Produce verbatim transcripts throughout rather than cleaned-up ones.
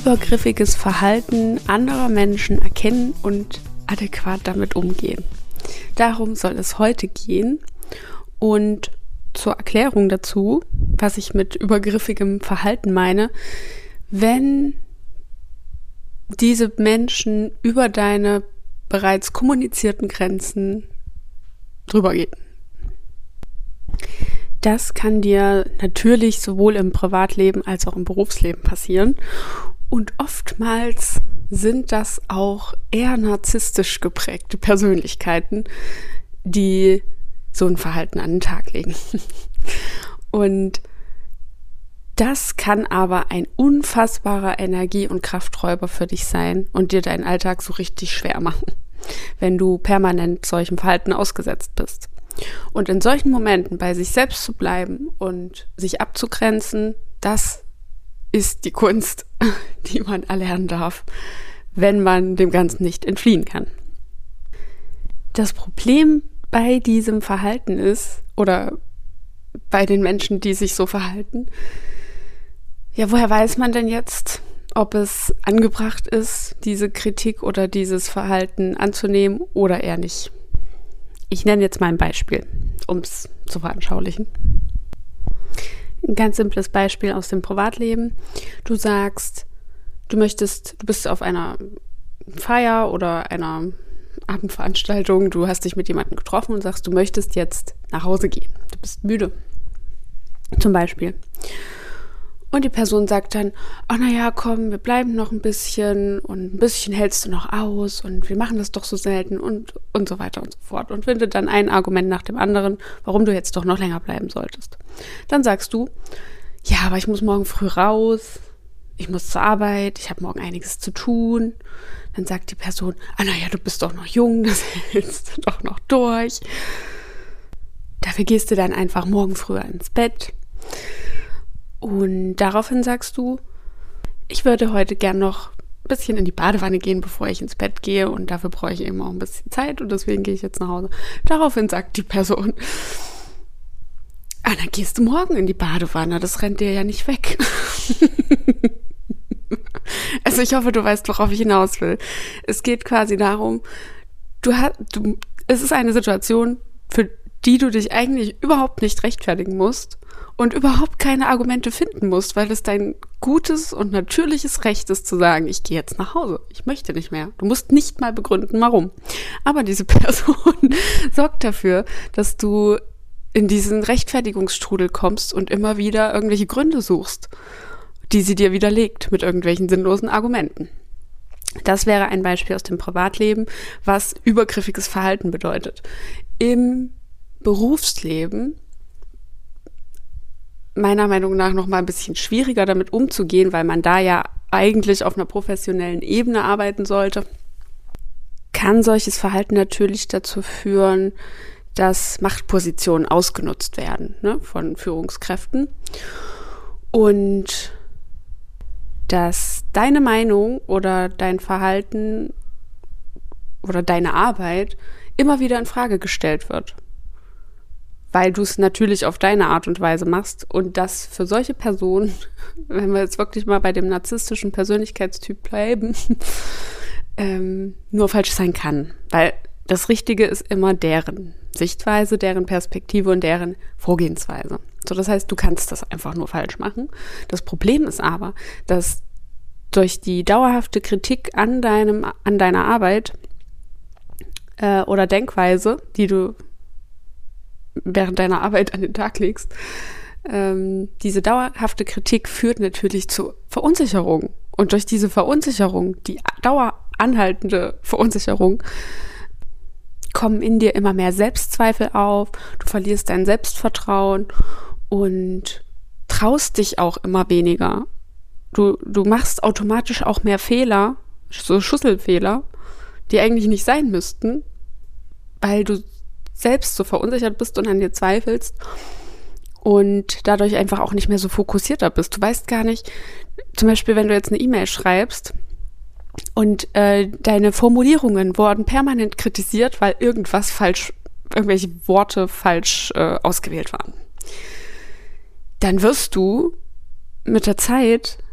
übergriffiges Verhalten anderer Menschen erkennen und adäquat damit umgehen. Darum soll es heute gehen und zur Erklärung dazu, was ich mit übergriffigem Verhalten meine, wenn diese Menschen über deine bereits kommunizierten Grenzen drüber gehen. Das kann dir natürlich sowohl im Privatleben als auch im Berufsleben passieren. Und oftmals sind das auch eher narzisstisch geprägte Persönlichkeiten, die so ein Verhalten an den Tag legen. Und das kann aber ein unfassbarer Energie- und Krafträuber für dich sein und dir deinen Alltag so richtig schwer machen, wenn du permanent solchem Verhalten ausgesetzt bist. Und in solchen Momenten bei sich selbst zu bleiben und sich abzugrenzen, das ist die Kunst, die man erlernen darf, wenn man dem Ganzen nicht entfliehen kann. Das Problem bei diesem Verhalten ist, oder bei den Menschen, die sich so verhalten, ja, woher weiß man denn jetzt, ob es angebracht ist, diese Kritik oder dieses Verhalten anzunehmen oder eher nicht? Ich nenne jetzt mal ein Beispiel, um es zu veranschaulichen. Ein ganz simples Beispiel aus dem Privatleben. Du sagst, du möchtest, du bist auf einer Feier oder einer Abendveranstaltung, du hast dich mit jemandem getroffen und sagst, du möchtest jetzt nach Hause gehen. Du bist müde, zum Beispiel. Und die Person sagt dann, ach naja, komm, wir bleiben noch ein bisschen und ein bisschen hältst du noch aus und wir machen das doch so selten und, und so weiter und so fort. Und findet dann ein Argument nach dem anderen, warum du jetzt doch noch länger bleiben solltest. Dann sagst du, ja, aber ich muss morgen früh raus, ich muss zur Arbeit, ich habe morgen einiges zu tun. Dann sagt die Person, ah naja, du bist doch noch jung, das hältst du doch noch durch. Dafür gehst du dann einfach morgen früher ins Bett. Und daraufhin sagst du, ich würde heute gern noch ein bisschen in die Badewanne gehen, bevor ich ins Bett gehe und dafür brauche ich eben auch ein bisschen Zeit und deswegen gehe ich jetzt nach Hause. Daraufhin sagt die Person, ah, dann gehst du morgen in die Badewanne, das rennt dir ja nicht weg. Also ich hoffe, du weißt, worauf ich hinaus will. Es geht quasi darum, du hast, du, es ist eine Situation, für die du dich eigentlich überhaupt nicht rechtfertigen musst und überhaupt keine Argumente finden musst, weil es dein gutes und natürliches Recht ist zu sagen, ich gehe jetzt nach Hause, ich möchte nicht mehr. Du musst nicht mal begründen, warum. Aber diese Person sorgt dafür, dass du in diesen Rechtfertigungsstrudel kommst und immer wieder irgendwelche Gründe suchst, die sie dir widerlegt mit irgendwelchen sinnlosen Argumenten. Das wäre ein Beispiel aus dem Privatleben, was übergriffiges Verhalten bedeutet. Im Berufsleben meiner Meinung nach noch mal ein bisschen schwieriger damit umzugehen, weil man da ja eigentlich auf einer professionellen Ebene arbeiten sollte, kann solches Verhalten natürlich dazu führen, dass Machtpositionen ausgenutzt werden, ne, von Führungskräften und dass deine Meinung oder dein Verhalten oder deine Arbeit immer wieder in Frage gestellt wird, weil du es natürlich auf deine Art und Weise machst und das für solche Personen, wenn wir jetzt wirklich mal bei dem narzisstischen Persönlichkeitstyp bleiben, ähm, nur falsch sein kann, weil das Richtige ist immer deren Sichtweise, deren Perspektive und deren Vorgehensweise. So, das heißt, du kannst das einfach nur falsch machen. Das Problem ist aber, dass durch die dauerhafte Kritik an deinem, an deiner Arbeit äh, oder Denkweise, die du während deiner Arbeit an den Tag legst, ähm, diese dauerhafte Kritik führt natürlich zu Verunsicherung. Und durch diese Verunsicherung, die daueranhaltende Verunsicherung, kommen in dir immer mehr Selbstzweifel auf, du verlierst dein Selbstvertrauen und traust dich auch immer weniger. Du, du machst automatisch auch mehr Fehler, so Schusselfehler, die eigentlich nicht sein müssten, weil du selbst so verunsichert bist und an dir zweifelst und dadurch einfach auch nicht mehr so fokussierter bist. Du weißt gar nicht, zum Beispiel, wenn du jetzt eine E-Mail schreibst und äh, deine Formulierungen wurden permanent kritisiert, weil irgendwas falsch, irgendwelche Worte falsch äh, ausgewählt waren, dann wirst du mit der Zeit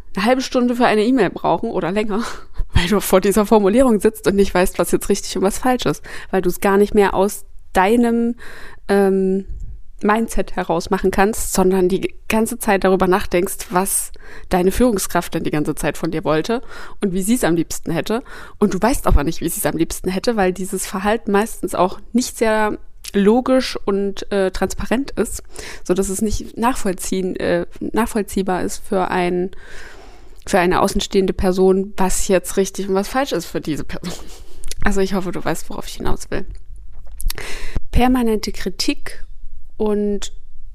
eine halbe Stunde für eine E-Mail brauchen oder länger, weil du vor dieser Formulierung sitzt und nicht weißt, was jetzt richtig und was falsch ist, weil du es gar nicht mehr aus deinem ähm, Mindset heraus machen kannst, sondern die ganze Zeit darüber nachdenkst, was deine Führungskraft denn die ganze Zeit von dir wollte und wie sie es am liebsten hätte. Und du weißt aber nicht, wie sie es am liebsten hätte, weil dieses Verhalten meistens auch nicht sehr logisch und äh, transparent ist, so dass es nicht nachvollziehen, äh, nachvollziehbar ist für ein für eine außenstehende Person, was jetzt richtig und was falsch ist für diese Person. Also ich hoffe, du weißt, worauf ich hinaus will. Permanente Kritik und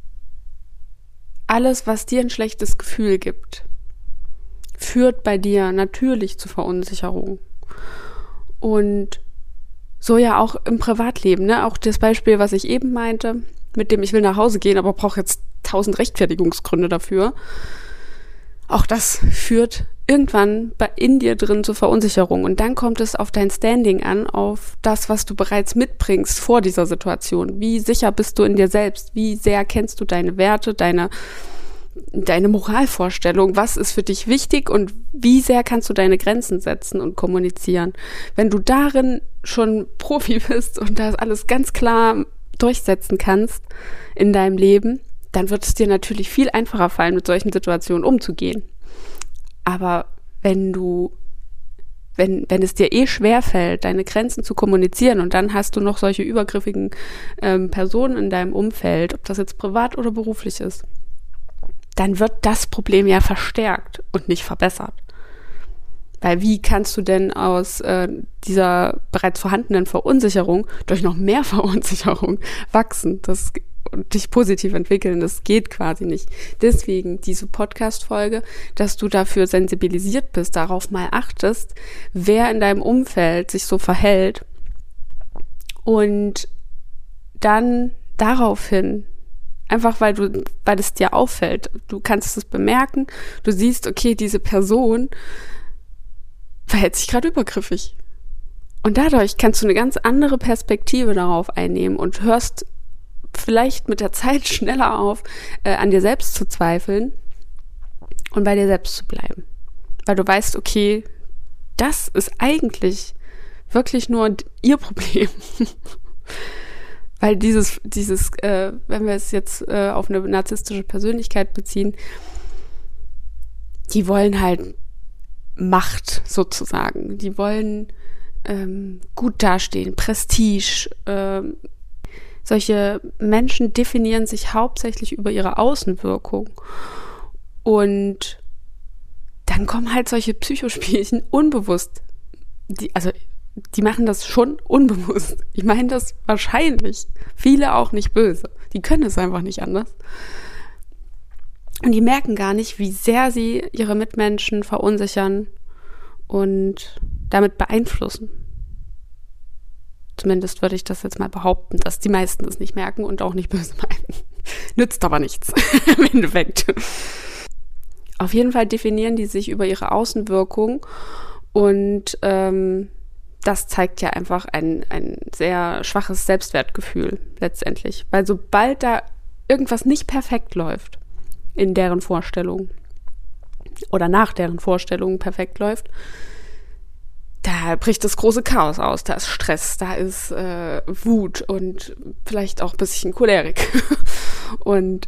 alles, was dir ein schlechtes Gefühl gibt, führt bei dir natürlich zu Verunsicherung. Und so ja auch im Privatleben, ne? Auch das Beispiel, was ich eben meinte, mit dem ich will nach Hause gehen, aber brauche jetzt tausend Rechtfertigungsgründe dafür. Auch das führt irgendwann bei in dir drin zur Verunsicherung. Und dann kommt es auf dein Standing an, auf das, was du bereits mitbringst vor dieser Situation. Wie sicher bist du in dir selbst? Wie sehr kennst du deine Werte, deine, deine Moralvorstellung? Was ist für dich wichtig und wie sehr kannst du deine Grenzen setzen und kommunizieren? Wenn du darin schon Profi bist und das alles ganz klar durchsetzen kannst in deinem Leben, dann wird es dir natürlich viel einfacher fallen, mit solchen Situationen umzugehen. Aber wenn du, wenn, wenn es dir eh schwerfällt, deine Grenzen zu kommunizieren und dann hast du noch solche übergriffigen ähm, Personen in deinem Umfeld, ob das jetzt privat oder beruflich ist, dann wird das Problem ja verstärkt und nicht verbessert. Weil wie kannst du denn aus äh, dieser bereits vorhandenen Verunsicherung durch noch mehr Verunsicherung wachsen? Das und dich positiv entwickeln, das geht quasi nicht. Deswegen diese Podcast-Folge, dass du dafür sensibilisiert bist, darauf mal achtest, wer in deinem Umfeld sich so verhält und dann daraufhin, einfach weil du, weil es dir auffällt, du kannst es bemerken, du siehst, okay, diese Person verhält sich gerade übergriffig. Und dadurch kannst du eine ganz andere Perspektive darauf einnehmen und hörst vielleicht mit der Zeit schneller auf, äh, an dir selbst zu zweifeln und bei dir selbst zu bleiben. Weil du weißt, okay, das ist eigentlich wirklich nur ihr Problem. Weil dieses, dieses, äh, wenn wir es jetzt äh, auf eine narzisstische Persönlichkeit beziehen, die wollen halt Macht sozusagen. Die wollen ähm, gut dastehen, Prestige, ähm, solche Menschen definieren sich hauptsächlich über ihre Außenwirkung. Und dann kommen halt solche Psychospielchen unbewusst. Die, also, die machen das schon unbewusst. Ich meine das wahrscheinlich. Viele auch nicht böse. Die können es einfach nicht anders. Und die merken gar nicht, wie sehr sie ihre Mitmenschen verunsichern und damit beeinflussen. Zumindest würde ich das jetzt mal behaupten, dass die meisten es nicht merken und auch nicht böse meinen. Nützt aber nichts im Endeffekt. Auf jeden Fall definieren die sich über ihre Außenwirkung und ähm, das zeigt ja einfach ein, ein sehr schwaches Selbstwertgefühl letztendlich. Weil sobald da irgendwas nicht perfekt läuft in deren Vorstellung oder nach deren Vorstellung perfekt läuft, da bricht das große Chaos aus, da ist Stress, da ist äh, Wut und vielleicht auch ein bisschen Cholerik. Und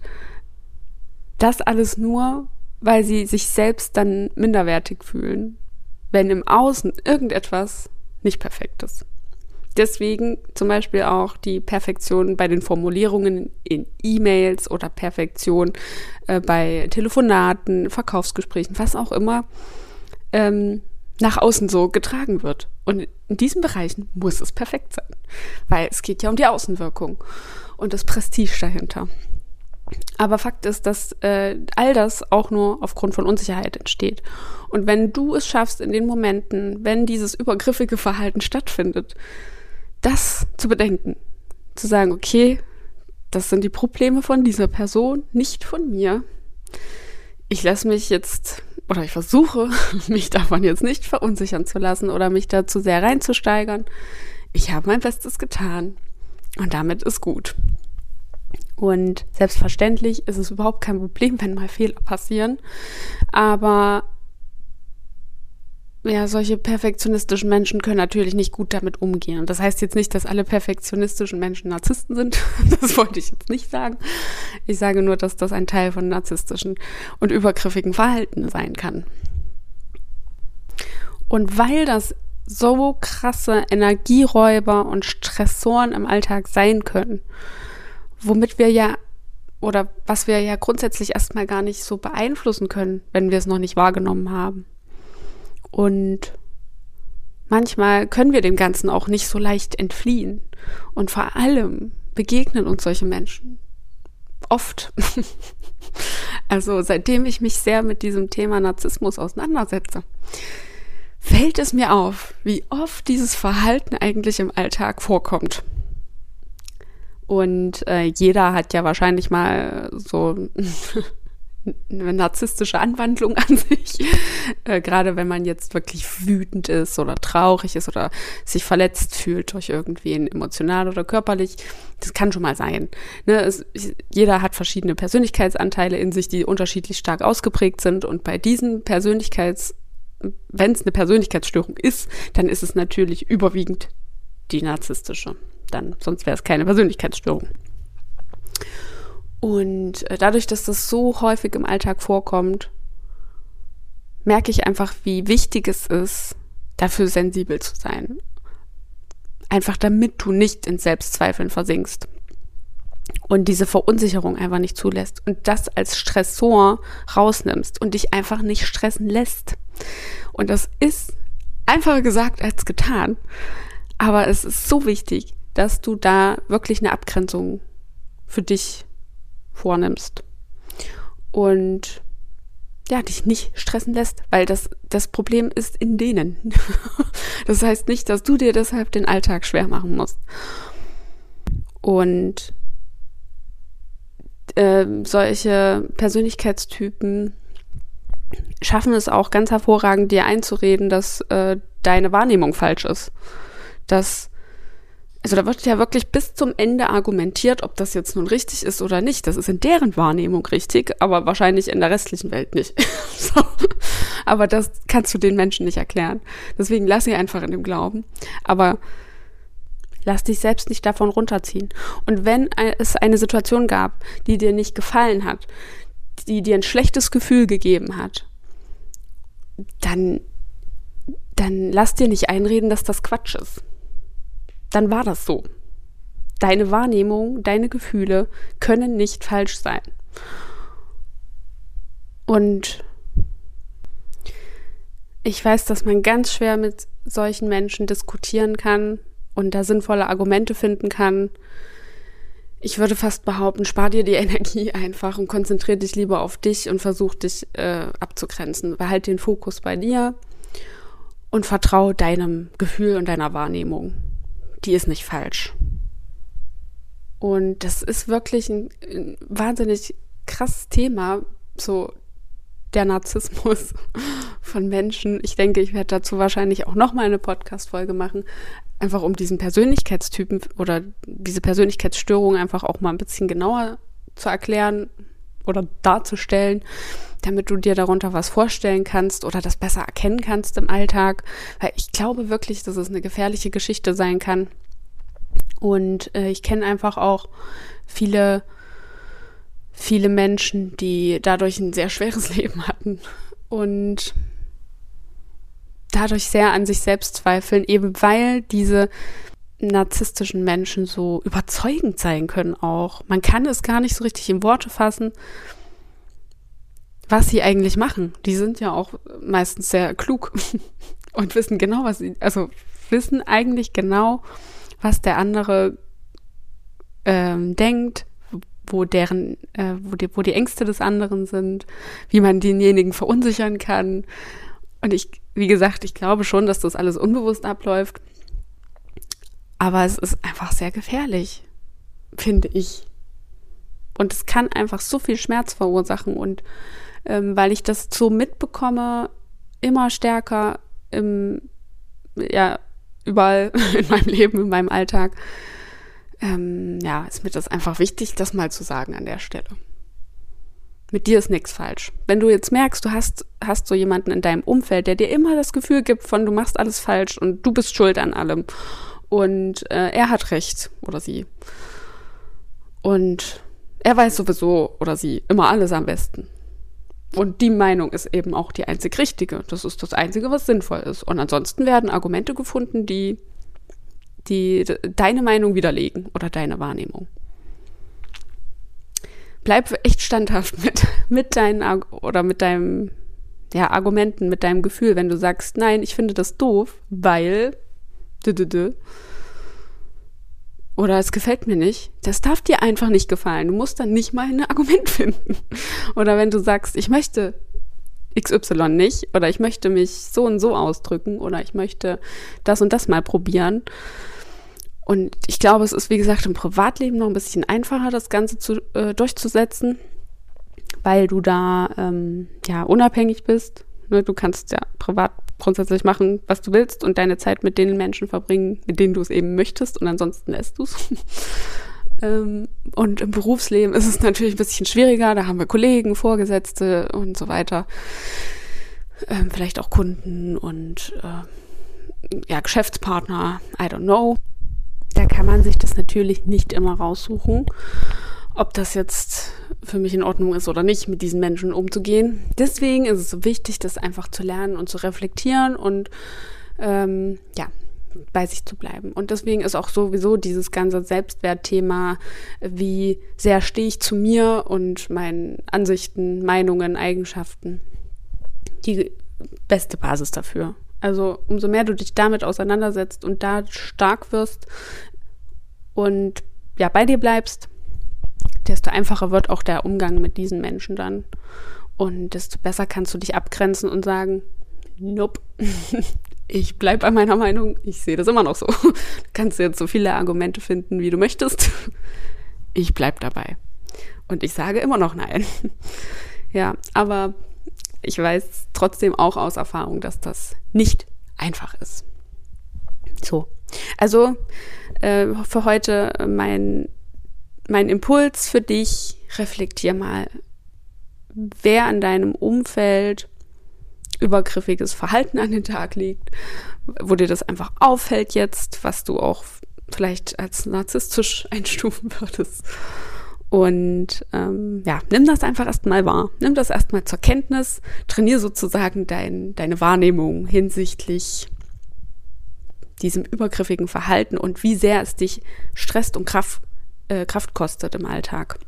das alles nur, weil sie sich selbst dann minderwertig fühlen, wenn im Außen irgendetwas nicht perfekt ist. Deswegen zum Beispiel auch die Perfektion bei den Formulierungen in E-Mails oder Perfektion äh, bei Telefonaten, Verkaufsgesprächen, was auch immer, ähm, nach außen so getragen wird. Und in diesen Bereichen muss es perfekt sein, weil es geht ja um die Außenwirkung und das Prestige dahinter. Aber Fakt ist, dass äh, all das auch nur aufgrund von Unsicherheit entsteht. Und wenn du es schaffst, in den Momenten, wenn dieses übergriffige Verhalten stattfindet, das zu bedenken, zu sagen, okay, das sind die Probleme von dieser Person, nicht von mir. Ich lasse mich jetzt, oder ich versuche, mich davon jetzt nicht verunsichern zu lassen oder mich da zu sehr reinzusteigern. Ich habe mein Bestes getan und damit ist gut. Und selbstverständlich ist es überhaupt kein Problem, wenn mal Fehler passieren, aber ja, solche perfektionistischen Menschen können natürlich nicht gut damit umgehen. Und das heißt jetzt nicht, dass alle perfektionistischen Menschen Narzissten sind. Das wollte ich jetzt nicht sagen. Ich sage nur, dass das ein Teil von narzisstischen und übergriffigen Verhalten sein kann. Und weil das so krasse Energieräuber und Stressoren im Alltag sein können, womit wir ja oder was wir ja grundsätzlich erstmal gar nicht so beeinflussen können, wenn wir es noch nicht wahrgenommen haben. Und manchmal können wir dem Ganzen auch nicht so leicht entfliehen. Und vor allem begegnen uns solche Menschen oft. Also seitdem ich mich sehr mit diesem Thema Narzissmus auseinandersetze, fällt es mir auf, wie oft dieses Verhalten eigentlich im Alltag vorkommt. Und äh, jeder hat ja wahrscheinlich mal so eine narzisstische Anwandlung an sich, äh, gerade wenn man jetzt wirklich wütend ist oder traurig ist oder sich verletzt fühlt durch irgendwen, emotional oder körperlich. Das kann schon mal sein. Ne, es, jeder hat verschiedene Persönlichkeitsanteile in sich, die unterschiedlich stark ausgeprägt sind, und bei diesen Persönlichkeits, wenn es eine Persönlichkeitsstörung ist, dann ist es natürlich überwiegend die narzisstische. Dann, sonst wäre es keine Persönlichkeitsstörung. Und dadurch, dass das so häufig im Alltag vorkommt, merke ich einfach, wie wichtig es ist, dafür sensibel zu sein. Einfach damit du nicht in Selbstzweifeln versinkst und diese Verunsicherung einfach nicht zulässt und das als Stressor rausnimmst und dich einfach nicht stressen lässt. Und das ist einfacher gesagt als getan, aber es ist so wichtig, dass du da wirklich eine Abgrenzung für dich vornimmst und ja, dich nicht stressen lässt, weil das, das Problem ist in denen. Das heißt nicht, dass du dir deshalb den Alltag schwer machen musst. Und äh, solche Persönlichkeitstypen schaffen es auch ganz hervorragend, dir einzureden, dass äh, deine Wahrnehmung falsch ist. Dass Also da wird ja wirklich bis zum Ende argumentiert, ob das jetzt nun richtig ist oder nicht. Das ist in deren Wahrnehmung richtig, aber wahrscheinlich in der restlichen Welt nicht. So. Aber das kannst du den Menschen nicht erklären. Deswegen lass sie einfach in dem Glauben. Aber lass dich selbst nicht davon runterziehen. Und wenn es eine Situation gab, die dir nicht gefallen hat, die dir ein schlechtes Gefühl gegeben hat, dann, dann lass dir nicht einreden, dass das Quatsch ist. Dann war das so. Deine Wahrnehmung, deine Gefühle können nicht falsch sein. Und ich weiß, dass man ganz schwer mit solchen Menschen diskutieren kann und da sinnvolle Argumente finden kann. Ich würde fast behaupten, spar dir die Energie einfach und konzentriere dich lieber auf dich und versuch dich äh, abzugrenzen. Behalt den Fokus bei dir und vertraue deinem Gefühl und deiner Wahrnehmung. Die ist nicht falsch. Und das ist wirklich ein, ein wahnsinnig krasses Thema, so der Narzissmus von Menschen. Ich denke, ich werde dazu wahrscheinlich auch nochmal eine Podcast-Folge machen, einfach um diesen Persönlichkeitstypen oder diese Persönlichkeitsstörung einfach auch mal ein bisschen genauer zu erklären oder darzustellen, damit du dir darunter was vorstellen kannst oder das besser erkennen kannst im Alltag. Weil ich glaube wirklich, dass es eine gefährliche Geschichte sein kann. Und äh, ich kenne einfach auch viele, viele Menschen, die dadurch ein sehr schweres Leben hatten und dadurch sehr an sich selbst zweifeln, eben weil diese narzisstischen Menschen so überzeugend sein können auch. Man kann es gar nicht so richtig in Worte fassen, was sie eigentlich machen. Die sind ja auch meistens sehr klug und wissen genau, was sie, also wissen eigentlich genau, was der andere ähm, denkt, wo deren, äh, wo die, wo die Ängste des anderen sind, wie man denjenigen verunsichern kann. Und ich, wie gesagt, ich glaube schon, dass das alles unbewusst abläuft. Aber es ist einfach sehr gefährlich, finde ich. Und es kann einfach so viel Schmerz verursachen. Und ähm, weil ich das so mitbekomme, immer stärker im, ja, überall in meinem Leben, in meinem Alltag, ähm, ja, ist mir das einfach wichtig, das mal zu sagen an der Stelle. Mit dir ist nichts falsch. Wenn du jetzt merkst, du hast, hast so jemanden in deinem Umfeld, der dir immer das Gefühl gibt von, du machst alles falsch und du bist schuld an allem und äh, er hat recht oder sie und er weiß sowieso oder sie immer alles am besten und die Meinung ist eben auch die einzig richtige. Das ist das Einzige, was sinnvoll ist. Und ansonsten werden Argumente gefunden, die, die deine Meinung widerlegen oder deine Wahrnehmung. Bleib echt standhaft mit, mit deinen oder mit deinem ja, Argumenten, mit deinem Gefühl, wenn du sagst, nein, ich finde das doof, weil dü, dü, dü. Oder es gefällt mir nicht. Das darf dir einfach nicht gefallen. Du musst dann nicht mal ein Argument finden. Oder wenn du sagst, ich möchte X Y nicht oder ich möchte mich so und so ausdrücken oder ich möchte das und das mal probieren. Und ich glaube, es ist, wie gesagt, im Privatleben noch ein bisschen einfacher, das Ganze zu, äh, durchzusetzen, weil du da ähm, ja unabhängig bist. Ne? Du kannst ja privat grundsätzlich machen, was du willst und deine Zeit mit den Menschen verbringen, mit denen du es eben möchtest und ansonsten lässt du es. ähm, und im Berufsleben ist es natürlich ein bisschen schwieriger. Da haben wir Kollegen, Vorgesetzte und so weiter. Ähm, vielleicht auch Kunden und äh, ja, Geschäftspartner, I don't know. Da kann man sich das natürlich nicht immer raussuchen, ob das jetzt für mich in Ordnung ist oder nicht, mit diesen Menschen umzugehen. Deswegen ist es so wichtig, das einfach zu lernen und zu reflektieren und ähm, ja, bei sich zu bleiben. Und deswegen ist auch sowieso dieses ganze Selbstwertthema, wie sehr stehe ich zu mir und meinen Ansichten, Meinungen, Eigenschaften, die beste Basis dafür. Also umso mehr du dich damit auseinandersetzt und da stark wirst und ja bei dir bleibst, desto einfacher wird auch der Umgang mit diesen Menschen dann. Und desto besser kannst du dich abgrenzen und sagen, nope, ich bleib bei meiner Meinung, ich sehe das immer noch so. Du kannst jetzt so viele Argumente finden, wie du möchtest. Ich bleib dabei. Und ich sage immer noch nein. Ja, aber ich weiß trotzdem auch aus Erfahrung, dass das nicht einfach ist. So, also äh, für heute mein, mein Impuls für dich, reflektier mal, wer an deinem Umfeld übergriffiges Verhalten an den Tag legt, wo dir das einfach auffällt jetzt, was du auch vielleicht als narzisstisch einstufen würdest. Und ähm, ja, nimm das einfach erstmal wahr. Nimm das erstmal zur Kenntnis. Trainier sozusagen dein, deine Wahrnehmung hinsichtlich diesem übergriffigen Verhalten und wie sehr es dich stresst und Kraft, äh, Kraft kostet im Alltag.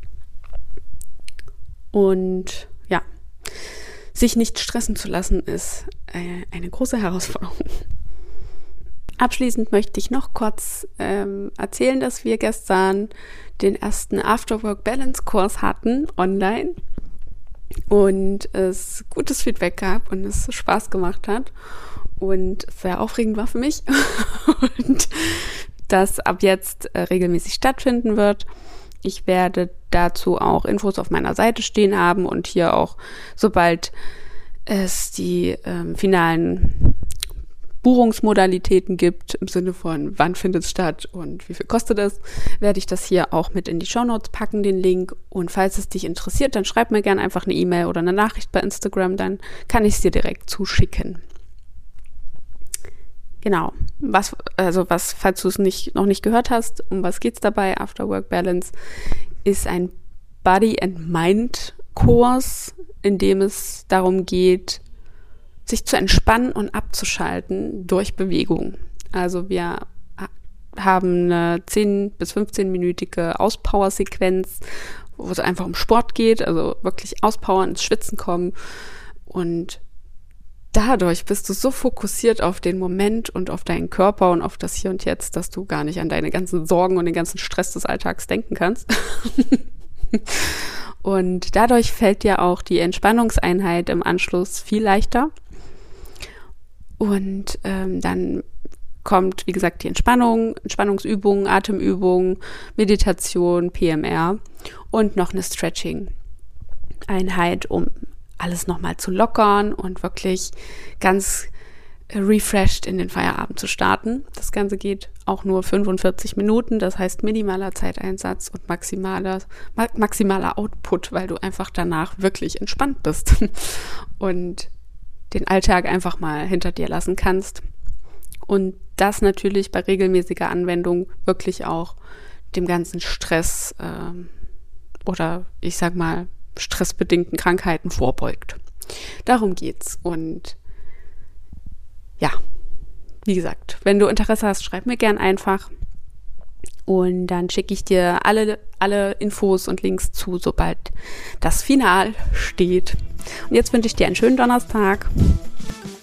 Und ja, sich nicht stressen zu lassen, ist äh, eine große Herausforderung. Abschließend möchte ich noch kurz ähm, erzählen, dass wir gestern den ersten Afterwork-Balance-Kurs hatten, online. Und es gutes Feedback gab und es Spaß gemacht hat. Und sehr aufregend war für mich. Und das ab jetzt äh, regelmäßig stattfinden wird. Ich werde dazu auch Infos auf meiner Seite stehen haben und hier auch, sobald es die ähm, finalen Buchungsmodalitäten gibt, im Sinne von wann findet es statt und wie viel kostet es, werde ich das hier auch mit in die Shownotes packen, den Link. Und falls es dich interessiert, dann schreib mir gerne einfach eine E-Mail oder eine Nachricht bei Instagram, dann kann ich es dir direkt zuschicken. Genau, was, also was, falls du es nicht, noch nicht gehört hast, um was geht's dabei? Afterwork Balance ist ein Body and Mind Kurs, in dem es darum geht, sich zu entspannen und abzuschalten durch Bewegung. Also wir haben eine zehn- bis fünfzehn-minütige Auspower-Sequenz, wo es einfach um Sport geht, also wirklich auspowern, ins Schwitzen kommen. Und dadurch bist du so fokussiert auf den Moment und auf deinen Körper und auf das Hier und Jetzt, dass du gar nicht an deine ganzen Sorgen und den ganzen Stress des Alltags denken kannst. Und dadurch fällt dir auch die Entspannungseinheit im Anschluss viel leichter. Und ähm, dann kommt, wie gesagt, die Entspannung, Entspannungsübungen, Atemübungen, Meditation, P M R und noch eine Stretching-Einheit, um alles nochmal zu lockern und wirklich ganz refreshed in den Feierabend zu starten. Das Ganze geht auch nur fünfundvierzig Minuten, das heißt minimaler Zeiteinsatz und maximaler, maximaler Output, weil du einfach danach wirklich entspannt bist und den Alltag einfach mal hinter dir lassen kannst. Und das natürlich bei regelmäßiger Anwendung wirklich auch dem ganzen Stress äh, oder ich sag mal stressbedingten Krankheiten vorbeugt. Darum geht's. Und ja, wie gesagt, wenn du Interesse hast, schreib mir gern einfach und dann schicke ich dir alle, alle Infos und Links zu, sobald das Final steht. Und jetzt wünsche ich dir einen schönen Donnerstag.